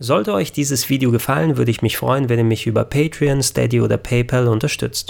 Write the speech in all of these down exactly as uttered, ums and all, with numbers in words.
Sollte euch dieses Video gefallen, würde ich mich freuen, wenn ihr mich über Patreon, Steady oder PayPal unterstützt.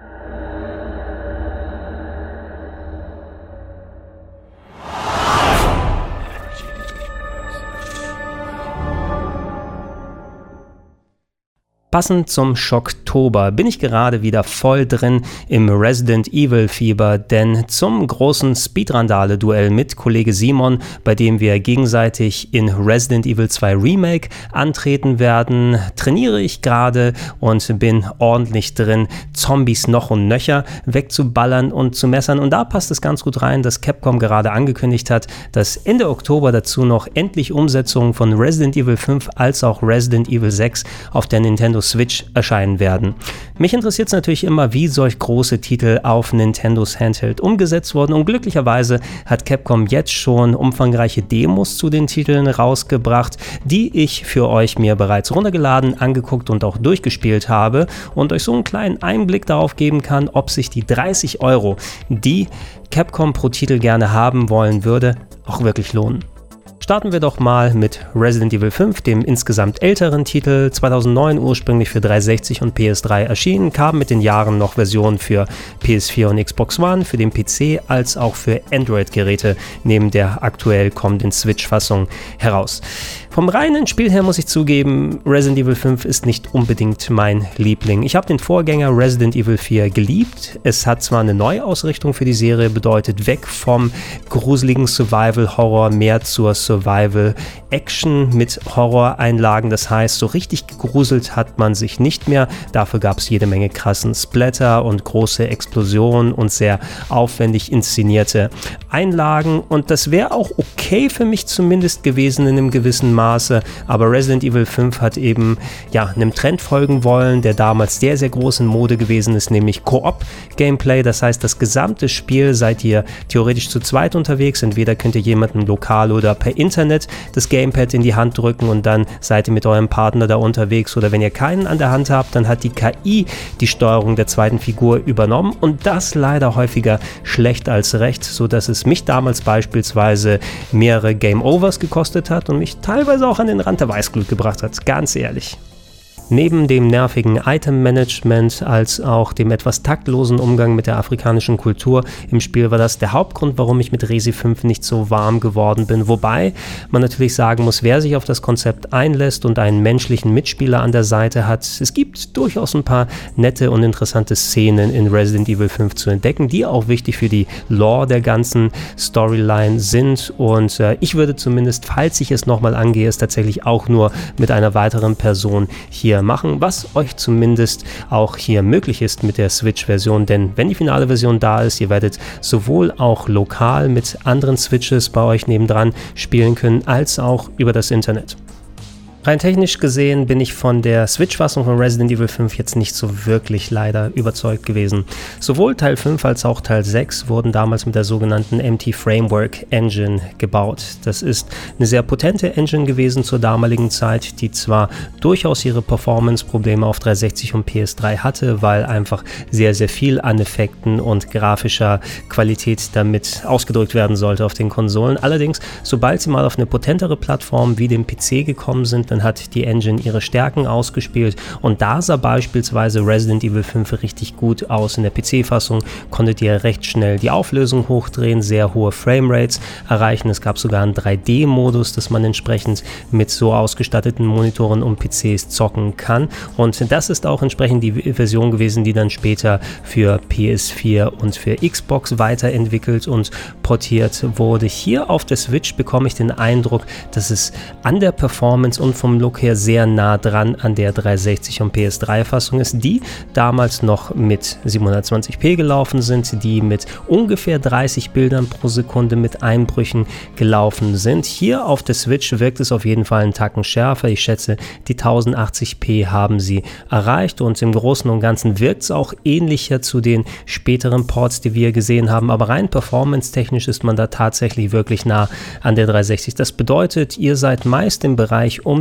Passend zum Schocktober bin ich gerade wieder voll drin im Resident Evil Fieber, denn zum großen Speedrandale-Duell mit Kollege Simon, bei dem wir gegenseitig in Resident Evil zwei Remake antreten werden, trainiere ich gerade und bin ordentlich drin, Zombies noch und nöcher wegzuballern und zu messern. Und da passt es ganz gut rein, dass Capcom gerade angekündigt hat, dass Ende Oktober dazu noch endlich Umsetzungen von Resident Evil fünf als auch Resident Evil sechs auf der Nintendo Switch erscheinen werden. Mich interessiert es natürlich immer, wie solch große Titel auf Nintendos Handheld umgesetzt wurden, und glücklicherweise hat Capcom jetzt schon umfangreiche Demos zu den Titeln rausgebracht, die ich für euch mir bereits runtergeladen, angeguckt und auch durchgespielt habe und euch so einen kleinen Einblick darauf geben kann, ob sich die dreißig Euro, die Capcom pro Titel gerne haben wollen würde, auch wirklich lohnen. Starten wir doch mal mit Resident Evil fünf, dem insgesamt älteren Titel, zweitausendneun ursprünglich für dreihundertsechzig und P S drei erschienen, kam mit den Jahren noch Versionen für P S vier und Xbox One, für den P C als auch für Android-Geräte neben der aktuell kommenden Switch-Fassung heraus. Vom reinen Spiel her muss ich zugeben, Resident Evil fünf ist nicht unbedingt mein Liebling. Ich habe den Vorgänger Resident Evil vier geliebt. Es hat zwar eine Neuausrichtung für die Serie bedeutet, weg vom gruseligen Survival-Horror, mehr zur Survival-Action mit Horror-Einlagen. Das heißt, so richtig gegruselt hat man sich nicht mehr. Dafür gab es jede Menge krassen Splatter und große Explosionen und sehr aufwendig inszenierte Einlagen. Und das wäre auch okay für mich zumindest gewesen in einem gewissen Maße, aber Resident Evil fünf hat eben ja einem Trend folgen wollen, der damals sehr, sehr groß in Mode gewesen ist, nämlich Koop-Gameplay. Das heißt, das gesamte Spiel seid ihr theoretisch zu zweit unterwegs. Entweder könnt ihr jemandem lokal oder per Internet das Gamepad in die Hand drücken und dann seid ihr mit eurem Partner da unterwegs, oder wenn ihr keinen an der Hand habt, dann hat die K I die Steuerung der zweiten Figur übernommen, und das leider häufiger schlecht als recht, sodass es mich damals beispielsweise mehrere Game Overs gekostet hat und mich teilweise auch an den Rand der Weißglut gebracht hat, ganz ehrlich. Neben dem nervigen Item-Management als auch dem etwas taktlosen Umgang mit der afrikanischen Kultur im Spiel war das der Hauptgrund, warum ich mit Resi fünf nicht so warm geworden bin. Wobei man natürlich sagen muss, wer sich auf das Konzept einlässt und einen menschlichen Mitspieler an der Seite hat, es gibt durchaus ein paar nette und interessante Szenen in Resident Evil fünf zu entdecken, die auch wichtig für die Lore der ganzen Storyline sind, und äh, ich würde zumindest, falls ich es nochmal angehe, es tatsächlich auch nur mit einer weiteren Person hier machen, was euch zumindest auch hier möglich ist mit der Switch-Version, denn wenn die finale Version da ist, ihr werdet sowohl auch lokal mit anderen Switches bei euch nebendran spielen können, als auch über das Internet. Rein technisch gesehen bin ich von der Switch-Fassung von Resident Evil fünf jetzt nicht so wirklich leider überzeugt gewesen. Sowohl Teil fünf als auch Teil sechs wurden damals mit der sogenannten M T Framework Engine gebaut. Das ist eine sehr potente Engine gewesen zur damaligen Zeit, die zwar durchaus ihre Performance-Probleme auf dreihundertsechzig und P S drei hatte, weil einfach sehr, sehr viel an Effekten und grafischer Qualität damit ausgedrückt werden sollte auf den Konsolen. Allerdings, sobald sie mal auf eine potentere Plattform wie den P C gekommen sind, dann hat die Engine ihre Stärken ausgespielt, und da sah beispielsweise Resident Evil fünf richtig gut aus. In der P C-Fassung konntet ihr recht schnell die Auflösung hochdrehen, sehr hohe Framerates erreichen. Es gab sogar einen drei D Modus, dass man entsprechend mit so ausgestatteten Monitoren und P Cs zocken kann, und das ist auch entsprechend die Version gewesen, die dann später für P S vier und für Xbox weiterentwickelt und portiert wurde. Hier auf der Switch bekomme ich den Eindruck, dass es an der Performance und vom Look her sehr nah dran an der dreihundertsechzig und P S drei Fassung ist, die damals noch mit siebenhundertzwanzig p gelaufen sind, die mit ungefähr dreißig Bildern pro Sekunde mit Einbrüchen gelaufen sind. Hier auf der Switch wirkt es auf jeden Fall einen Tacken schärfer. Ich schätze, die tausendachtzig p haben sie erreicht, und im Großen und Ganzen wirkt es auch ähnlicher zu den späteren Ports, die wir gesehen haben, aber rein performance-technisch ist man da tatsächlich wirklich nah an der dreihundertsechzig. Das bedeutet, ihr seid meist im Bereich um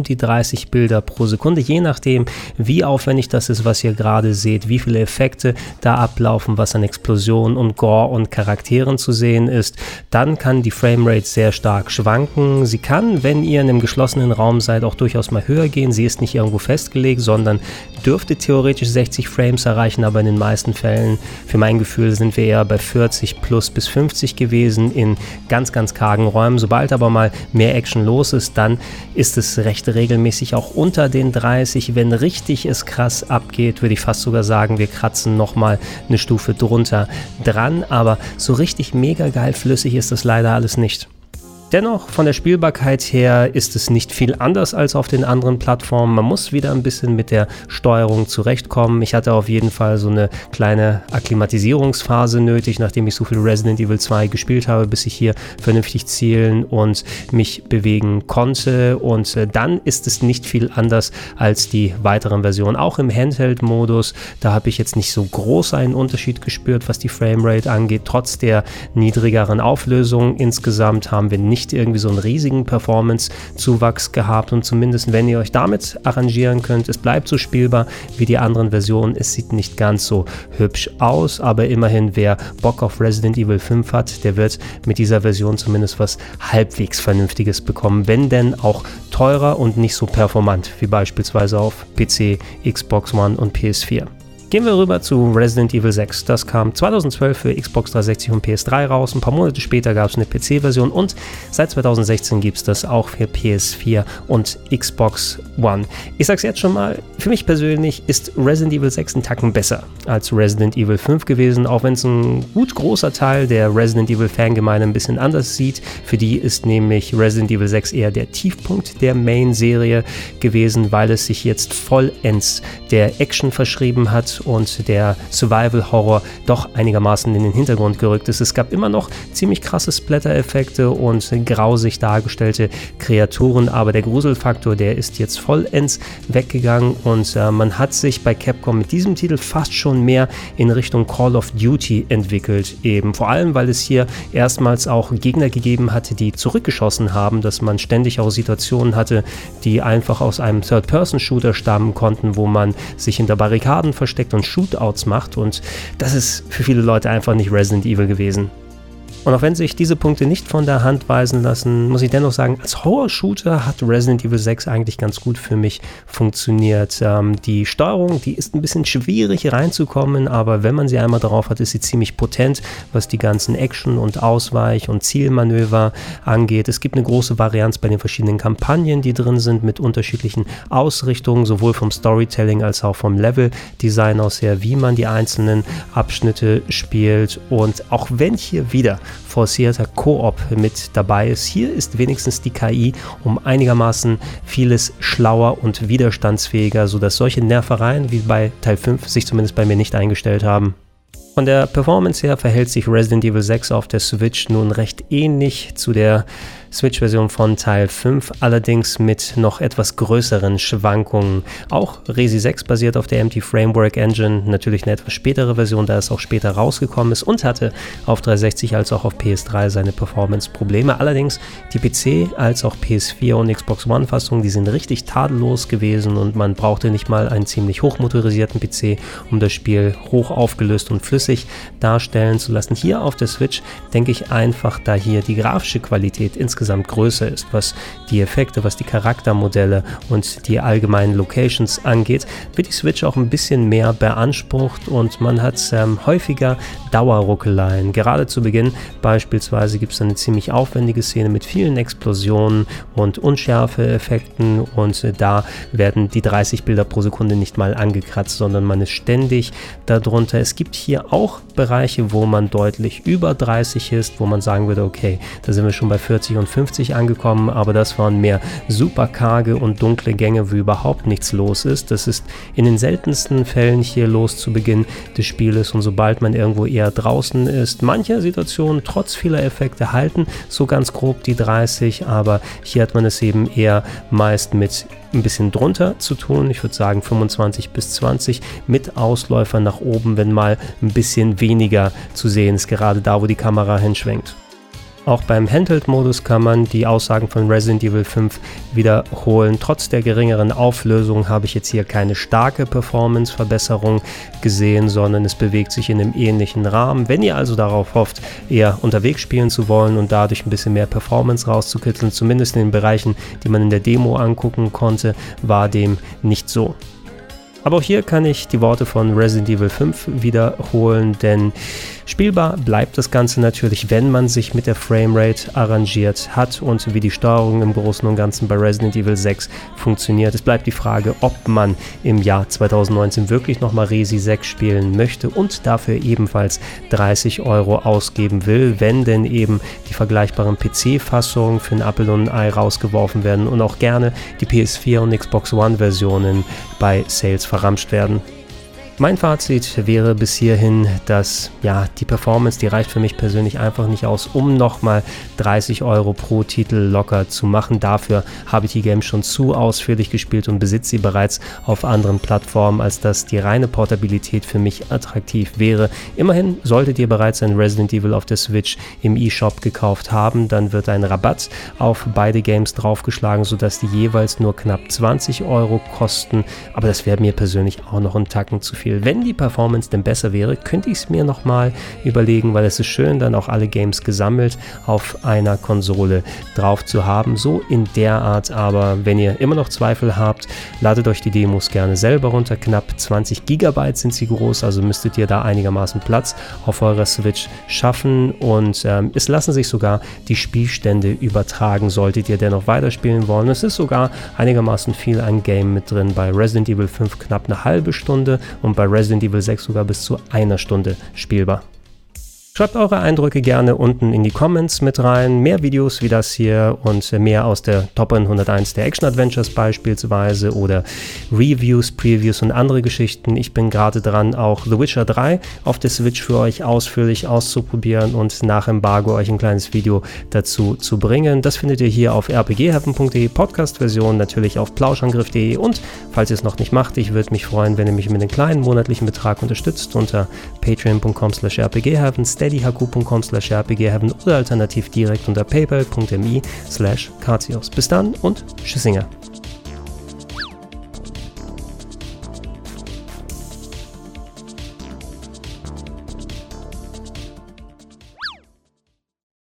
die dreißig Bilder pro Sekunde, je nachdem, wie aufwendig das ist, was ihr gerade seht, wie viele Effekte da ablaufen, was an Explosionen und Gore und Charakteren zu sehen ist, dann kann die Framerate sehr stark schwanken. Sie kann, wenn ihr in einem geschlossenen Raum seid, auch durchaus mal höher gehen. Sie ist nicht irgendwo festgelegt, sondern dürfte theoretisch sechzig Frames erreichen, aber in den meisten Fällen, für mein Gefühl, sind wir eher bei vierzig plus bis fünfzig gewesen in ganz, ganz kargen Räumen. Sobald aber mal mehr Action los ist, dann ist es recht regelmäßig auch unter den dreißig. Wenn richtig es krass abgeht, würde ich fast sogar sagen, wir kratzen nochmal eine Stufe drunter dran, aber so richtig mega geil flüssig ist das leider alles nicht. Dennoch, von der Spielbarkeit her ist es nicht viel anders als auf den anderen Plattformen. Man muss wieder ein bisschen mit der Steuerung zurechtkommen. Ich hatte auf jeden Fall so eine kleine Akklimatisierungsphase nötig, nachdem ich so viel Resident Evil zwei gespielt habe, bis ich hier vernünftig zielen und mich bewegen konnte. Und äh, dann ist es nicht viel anders als die weiteren Versionen. Auch im Handheld-Modus, da habe ich jetzt nicht so groß einen Unterschied gespürt, was die Framerate angeht. Trotz der niedrigeren Auflösung insgesamt haben wir nicht nicht irgendwie so einen riesigen Performance-Zuwachs gehabt und zumindest, wenn ihr euch damit arrangieren könnt, es bleibt so spielbar wie die anderen Versionen. Es sieht nicht ganz so hübsch aus, aber immerhin, wer Bock auf Resident Evil fünf hat, der wird mit dieser Version zumindest was halbwegs Vernünftiges bekommen, wenn denn auch teurer und nicht so performant wie beispielsweise auf P C, Xbox One und P S vier. Gehen wir rüber zu Resident Evil sechs. Das kam zweitausendzwölf für Xbox dreihundertsechzig und P S drei raus. Ein paar Monate später gab es eine P C-Version und seit zweitausendsechzehn gibt es das auch für P S vier und Xbox One. Ich sag's jetzt schon mal, für mich persönlich ist Resident Evil sechs einen Tacken besser als Resident Evil fünf gewesen, auch wenn es ein gut großer Teil der Resident Evil Fangemeinde ein bisschen anders sieht. Für die ist nämlich Resident Evil sechs eher der Tiefpunkt der Main-Serie gewesen, weil es sich jetzt vollends der Action verschrieben hat und der Survival-Horror doch einigermaßen in den Hintergrund gerückt ist. Es gab immer noch ziemlich krasse Splatter-Effekte und grausig dargestellte Kreaturen, aber der Gruselfaktor, der ist jetzt vollends weggegangen und äh, man hat sich bei Capcom mit diesem Titel fast schon mehr in Richtung Call of Duty entwickelt, eben vor allem, weil es hier erstmals auch Gegner gegeben hatte, die zurückgeschossen haben, dass man ständig auch Situationen hatte, die einfach aus einem Third-Person-Shooter stammen konnten, wo man sich hinter Barrikaden versteckt und Shootouts macht und das ist für viele Leute einfach nicht Resident Evil gewesen. Und auch wenn sich diese Punkte nicht von der Hand weisen lassen, muss ich dennoch sagen, als Horror-Shooter hat Resident Evil sechs eigentlich ganz gut für mich funktioniert. Ähm, die Steuerung, die ist ein bisschen schwierig reinzukommen, aber wenn man sie einmal drauf hat, ist sie ziemlich potent, was die ganzen Action- und Ausweich- und Zielmanöver angeht. Es gibt eine große Varianz bei den verschiedenen Kampagnen, die drin sind, mit unterschiedlichen Ausrichtungen, sowohl vom Storytelling als auch vom Level-Design aus her, wie man die einzelnen Abschnitte spielt. Und auch wenn hier wieder forcierter Koop mit dabei ist. Hier ist wenigstens die K I um einigermaßen vieles schlauer und widerstandsfähiger, sodass solche Nervereien wie bei Teil fünf sich zumindest bei mir nicht eingestellt haben. Von der Performance her verhält sich Resident Evil sechs auf der Switch nun recht ähnlich zu der Switch-Version von Teil fünf, allerdings mit noch etwas größeren Schwankungen. Auch Resi sechs basiert auf der M T Framework Engine, natürlich eine etwas spätere Version, da es auch später rausgekommen ist und hatte auf dreihundertsechzig als auch auf P S drei seine Performance-Probleme. Allerdings die P C als auch P S vier und Xbox One-Fassungen, die sind richtig tadellos gewesen und man brauchte nicht mal einen ziemlich hochmotorisierten P C, um das Spiel hoch aufgelöst und flüssig darstellen zu lassen. Hier auf der Switch denke ich einfach, da hier die grafische Qualität insgesamt insgesamt größer ist, was die Effekte, was die Charaktermodelle und die allgemeinen Locations angeht, wird die Switch auch ein bisschen mehr beansprucht und man hat ähm, häufiger Dauerruckeleien. Gerade zu Beginn beispielsweise gibt es eine ziemlich aufwendige Szene mit vielen Explosionen und Unschärfe-Effekten und äh, da werden die dreißig Bilder pro Sekunde nicht mal angekratzt, sondern man ist ständig darunter. Es gibt hier auch Bereiche, wo man deutlich über dreißig ist, wo man sagen würde, okay, da sind wir schon bei vierzig und fünfzig angekommen, aber das waren mehr super karge und dunkle Gänge, wo überhaupt nichts los ist. Das ist in den seltensten Fällen hier los zu Beginn des Spieles und sobald man irgendwo eher draußen ist, manche Situationen trotz vieler Effekte halten so ganz grob die dreißig, aber hier hat man es eben eher meist mit ein bisschen drunter zu tun, ich würde sagen fünfundzwanzig bis zwanzig mit Ausläufern nach oben, wenn mal ein bisschen weniger zu sehen ist, gerade da, wo die Kamera hinschwenkt. Auch beim Handheld-Modus kann man die Aussagen von Resident Evil fünf wiederholen. Trotz der geringeren Auflösung habe ich jetzt hier keine starke Performance-Verbesserung gesehen, sondern es bewegt sich in einem ähnlichen Rahmen. Wenn ihr also darauf hofft, eher unterwegs spielen zu wollen und dadurch ein bisschen mehr Performance rauszukitzeln, zumindest in den Bereichen, die man in der Demo angucken konnte, war dem nicht so. Aber auch hier kann ich die Worte von Resident Evil fünf wiederholen, denn spielbar bleibt das Ganze natürlich, wenn man sich mit der Framerate arrangiert hat und wie die Steuerung im Großen und Ganzen bei Resident Evil sechs funktioniert. Es bleibt die Frage, ob man im Jahr zweitausendneunzehn wirklich nochmal Resi sechs spielen möchte und dafür ebenfalls dreißig Euro ausgeben will, wenn denn eben die vergleichbaren P C-Fassungen für ein Apfel und ein Ei rausgeworfen werden und auch gerne die P S vier und Xbox One-Versionen bei Sales verramscht werden. Mein Fazit wäre bis hierhin, dass ja die Performance, die reicht für mich persönlich einfach nicht aus, um nochmal dreißig Euro pro Titel locker zu machen. Dafür habe ich die Games schon zu ausführlich gespielt und besitze sie bereits auf anderen Plattformen, als dass die reine Portabilität für mich attraktiv wäre. Immerhin solltet ihr bereits ein Resident Evil auf der Switch im eShop gekauft haben, dann wird ein Rabatt auf beide Games draufgeschlagen, sodass die jeweils nur knapp zwanzig Euro kosten, aber das wäre mir persönlich auch noch einen Tacken zu viel. Wenn die Performance denn besser wäre, könnte ich es mir nochmal überlegen, weil es ist schön, dann auch alle Games gesammelt auf einer Konsole drauf zu haben. So in der Art, aber wenn ihr immer noch Zweifel habt, ladet euch die Demos gerne selber runter. Knapp zwanzig Gigabyte sind sie groß, also müsstet ihr da einigermaßen Platz auf eurer Switch schaffen und ähm, es lassen sich sogar die Spielstände übertragen, solltet ihr dennoch weiterspielen wollen. Es ist sogar einigermaßen viel an Game mit drin. Bei Resident Evil fünf knapp eine halbe Stunde und bei Resident Evil sechs sogar bis zu einer Stunde spielbar. Schreibt eure Eindrücke gerne unten in die Comments mit rein. Mehr Videos wie das hier und mehr aus der Top hunderteins der Action Adventures beispielsweise oder Reviews, Previews und andere Geschichten. Ich bin gerade dran, auch The Witcher drei auf der Switch für euch ausführlich auszuprobieren und nach Embargo euch ein kleines Video dazu zu bringen. Das findet ihr hier auf r p g heaven punkt d e, Podcast-Version, natürlich auf plauschangriff punkt d e und falls ihr es noch nicht macht, ich würde mich freuen, wenn ihr mich mit einem kleinen monatlichen Betrag unterstützt unter patreon punkt com slash r p g heaven, steadyhq punkt com slash r p g heaven oder alternativ direkt unter paypal punkt m i slash cartios. Bis dann und Tschüssinger.